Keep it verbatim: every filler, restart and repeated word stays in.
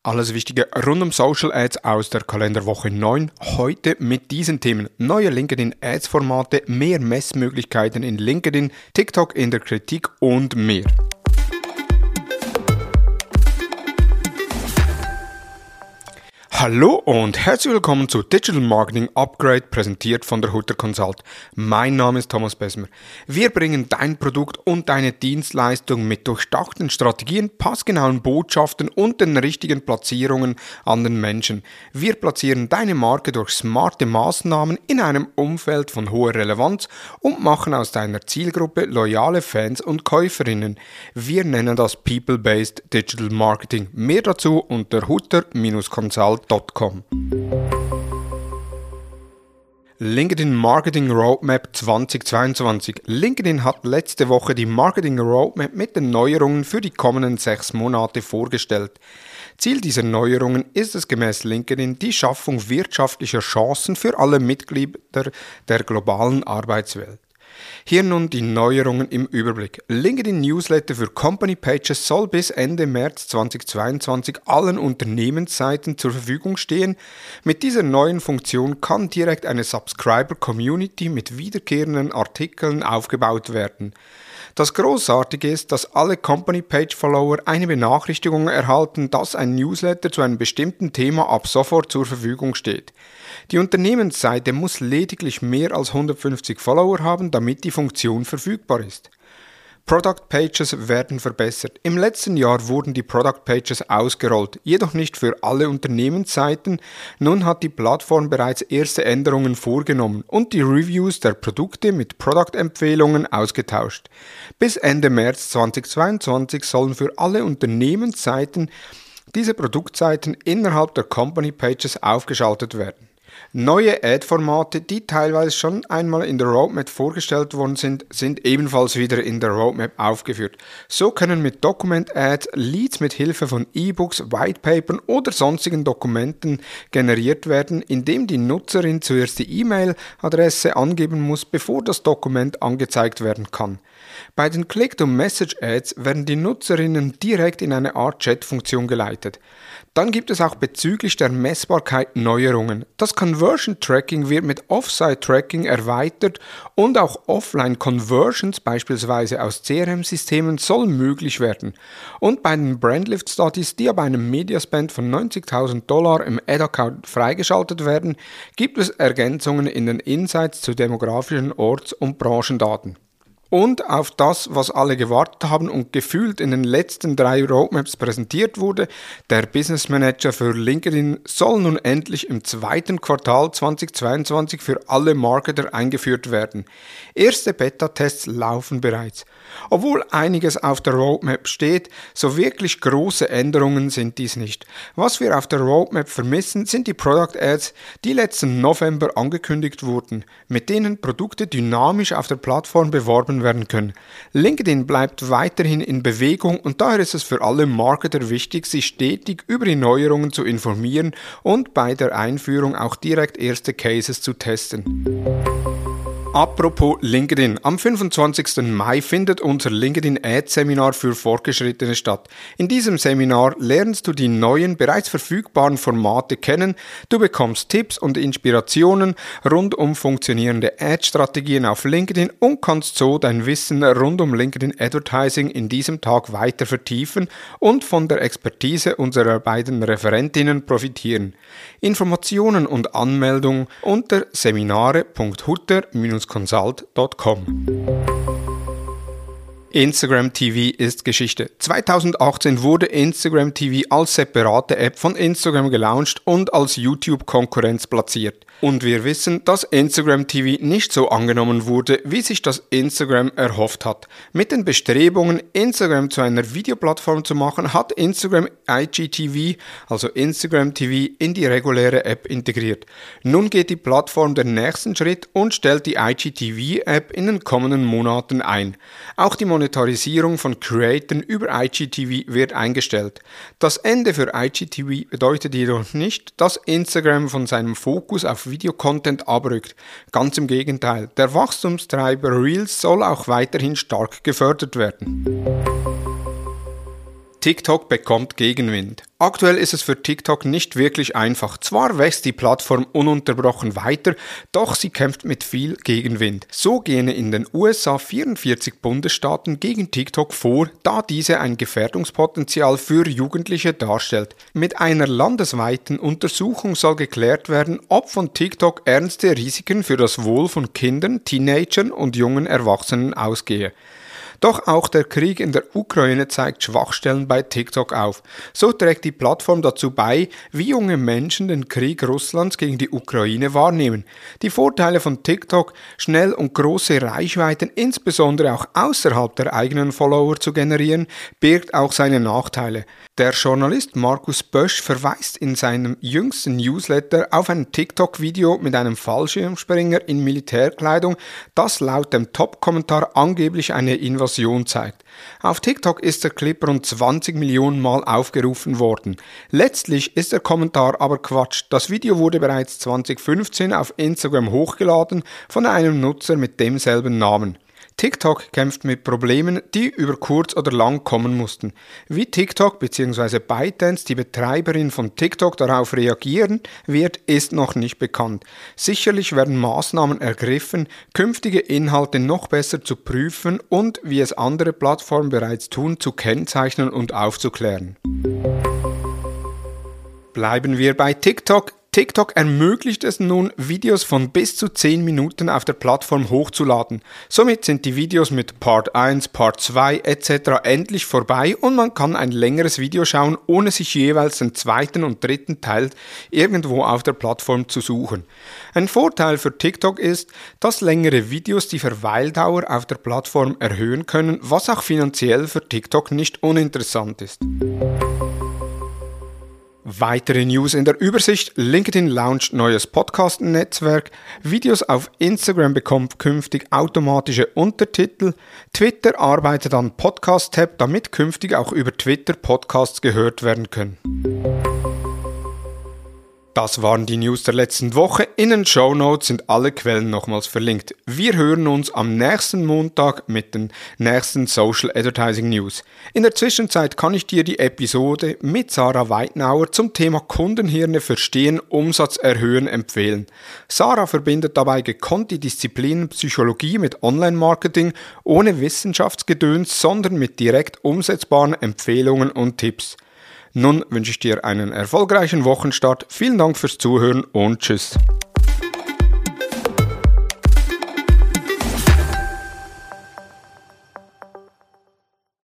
Alles Wichtige rund um Social Ads aus der Kalenderwoche neun. Heute mit diesen Themen: neue LinkedIn Ads Formate, mehr Messmöglichkeiten in LinkedIn, TikTok in der Kritik und mehr. Hallo und herzlich willkommen zu Digital Marketing Upgrade, präsentiert von der Hutter Consult. Mein Name ist Thomas Besmer. Wir bringen dein Produkt und deine Dienstleistung mit durchdachten Strategien, passgenauen Botschaften und den richtigen Platzierungen an den Menschen. Wir platzieren deine Marke durch smarte Maßnahmen in einem Umfeld von hoher Relevanz und machen aus deiner Zielgruppe loyale Fans und Käuferinnen. Wir nennen das People-Based Digital Marketing. Mehr dazu unter hutter Consult. LinkedIn Marketing Roadmap zweitausendzweiundzwanzig. LinkedIn hat letzte Woche die Marketing Roadmap mit den Neuerungen für die kommenden sechs Monate vorgestellt. Ziel dieser Neuerungen ist es gemäß LinkedIn die Schaffung wirtschaftlicher Chancen für alle Mitglieder der globalen Arbeitswelt. Hier nun die Neuerungen im Überblick. LinkedIn Newsletter für Company Pages soll bis Ende März zweitausendzweiundzwanzig allen Unternehmensseiten zur Verfügung stehen. Mit dieser neuen Funktion kann direkt eine Subscriber-Community mit wiederkehrenden Artikeln aufgebaut werden. Das Großartige ist, dass alle Company-Page-Follower eine Benachrichtigung erhalten, dass ein Newsletter zu einem bestimmten Thema ab sofort zur Verfügung steht. Die Unternehmensseite muss lediglich mehr als hundertfünfzig Follower haben, damit die Funktion verfügbar ist. Product Pages werden verbessert. Im letzten Jahr wurden die Product Pages ausgerollt, jedoch nicht für alle Unternehmensseiten. Nun hat die Plattform bereits erste Änderungen vorgenommen und die Reviews der Produkte mit Product-Empfehlungen ausgetauscht. Bis Ende März zweitausendzweiundzwanzig sollen für alle Unternehmensseiten diese Produktseiten innerhalb der Company Pages aufgeschaltet werden. Neue Ad-Formate, die teilweise schon einmal in der Roadmap vorgestellt worden sind, sind ebenfalls wieder in der Roadmap aufgeführt. So können mit Document-Ads Leads mit Hilfe von E-Books, Whitepapern oder sonstigen Dokumenten generiert werden, indem die Nutzerin zuerst die E-Mail-Adresse angeben muss, bevor das Dokument angezeigt werden kann. Bei den Click-to-Message-Ads werden die Nutzerinnen direkt in eine Art Chat-Funktion geleitet. Dann gibt es auch bezüglich der Messbarkeit Neuerungen. Das Conversion Tracking wird mit Offsite Tracking erweitert und auch Offline Conversions, beispielsweise aus C R M-Systemen, soll möglich werden. Und bei den Brandlift Studies, die ab einem Mediaspend von neunzigtausend Dollar im Ad-Account freigeschaltet werden, gibt es Ergänzungen in den Insights zu demografischen Orts- und Branchendaten. Und auf das, was alle gewartet haben und gefühlt in den letzten drei Roadmaps präsentiert wurde, der Business Manager für LinkedIn soll nun endlich im zweiten Quartal zweitausendzweiundzwanzig für alle Marketer eingeführt werden. Erste Beta-Tests laufen bereits. Obwohl einiges auf der Roadmap steht, so wirklich große Änderungen sind dies nicht. Was wir auf der Roadmap vermissen, sind die Product Ads, die letzten November angekündigt wurden, mit denen Produkte dynamisch auf der Plattform beworben werden können. LinkedIn bleibt weiterhin in Bewegung und daher ist es für alle Marketer wichtig, sich stetig über die Neuerungen zu informieren und bei der Einführung auch direkt erste Cases zu testen. Apropos LinkedIn, am fünfundzwanzigsten Mai findet unser LinkedIn Ads Seminar für Fortgeschrittene statt. In diesem Seminar lernst du die neuen, bereits verfügbaren Formate kennen, du bekommst Tipps und Inspirationen rund um funktionierende Ad-Strategien auf LinkedIn und kannst so dein Wissen rund um LinkedIn Advertising in diesem Tag weiter vertiefen und von der Expertise unserer beiden Referentinnen profitieren. Informationen und Anmeldung unter seminare punkt hutter consult punkt com. Instagram T V ist Geschichte. zweitausendachtzehn wurde Instagram T V als separate App von Instagram gelauncht und als YouTube-Konkurrenz platziert. Und wir wissen, dass Instagram T V nicht so angenommen wurde, wie sich das Instagram erhofft hat. Mit den Bestrebungen, Instagram zu einer Videoplattform zu machen, hat Instagram I G T V, also Instagram T V, in die reguläre App integriert. Nun geht die Plattform den nächsten Schritt und stellt die I G T V-App in den kommenden Monaten ein. Auch die Monetarisierung von Creatern über I G T V wird eingestellt. Das Ende für I G T V bedeutet jedoch nicht, dass Instagram von seinem Fokus auf Videocontent abrückt. Ganz im Gegenteil, der Wachstumstreiber Reels soll auch weiterhin stark gefördert werden. TikTok bekommt Gegenwind. Aktuell ist es für TikTok nicht wirklich einfach. Zwar wächst die Plattform ununterbrochen weiter, doch sie kämpft mit viel Gegenwind. So gehen in den U S A vierundvierzig Bundesstaaten gegen TikTok vor, da diese ein Gefährdungspotenzial für Jugendliche darstellt. Mit einer landesweiten Untersuchung soll geklärt werden, ob von TikTok ernste Risiken für das Wohl von Kindern, Teenagern und jungen Erwachsenen ausgehe. Doch auch der Krieg in der Ukraine zeigt Schwachstellen bei TikTok auf. So trägt die Plattform dazu bei, wie junge Menschen den Krieg Russlands gegen die Ukraine wahrnehmen. Die Vorteile von TikTok, schnell und große Reichweiten, insbesondere auch außerhalb der eigenen Follower zu generieren, birgt auch seine Nachteile. Der Journalist Markus Bösch verweist in seinem jüngsten Newsletter auf ein TikTok-Video mit einem Fallschirmspringer in Militärkleidung, das laut dem Top-Kommentar angeblich eine Invasion zeigt. Auf TikTok ist der Clip rund zwanzig Millionen Mal aufgerufen worden. Letztlich ist der Kommentar aber Quatsch. Das Video wurde bereits zwanzig fünfzehn auf Instagram hochgeladen von einem Nutzer mit demselben Namen. TikTok kämpft mit Problemen, die über kurz oder lang kommen mussten. Wie TikTok bzw. ByteDance, die Betreiberin von TikTok, darauf reagieren wird, ist noch nicht bekannt. Sicherlich werden Maßnahmen ergriffen, künftige Inhalte noch besser zu prüfen und, wie es andere Plattformen bereits tun, zu kennzeichnen und aufzuklären. Bleiben wir bei TikTok. TikTok ermöglicht es nun, Videos von bis zu zehn Minuten auf der Plattform hochzuladen. Somit sind die Videos mit Part eins, Part zwei et cetera endlich vorbei und man kann ein längeres Video schauen, ohne sich jeweils den zweiten und dritten Teil irgendwo auf der Plattform zu suchen. Ein Vorteil für TikTok ist, dass längere Videos die Verweildauer auf der Plattform erhöhen können, was auch finanziell für TikTok nicht uninteressant ist. Weitere News in der Übersicht: LinkedIn launcht neues Podcast-Netzwerk, Videos auf Instagram bekommen künftig automatische Untertitel, Twitter arbeitet an Podcast-Tab, damit künftig auch über Twitter Podcasts gehört werden können. Das waren die News der letzten Woche. In den Shownotes sind alle Quellen nochmals verlinkt. Wir hören uns am nächsten Montag mit den nächsten Social Advertising News. In der Zwischenzeit kann ich dir die Episode mit Sarah Weitnauer zum Thema Kundenhirne verstehen, Umsatz erhöhen empfehlen. Sarah verbindet dabei gekonnt die Disziplinen Psychologie mit Online-Marketing ohne Wissenschaftsgedöns, sondern mit direkt umsetzbaren Empfehlungen und Tipps. Nun wünsche ich dir einen erfolgreichen Wochenstart. Vielen Dank fürs Zuhören und tschüss.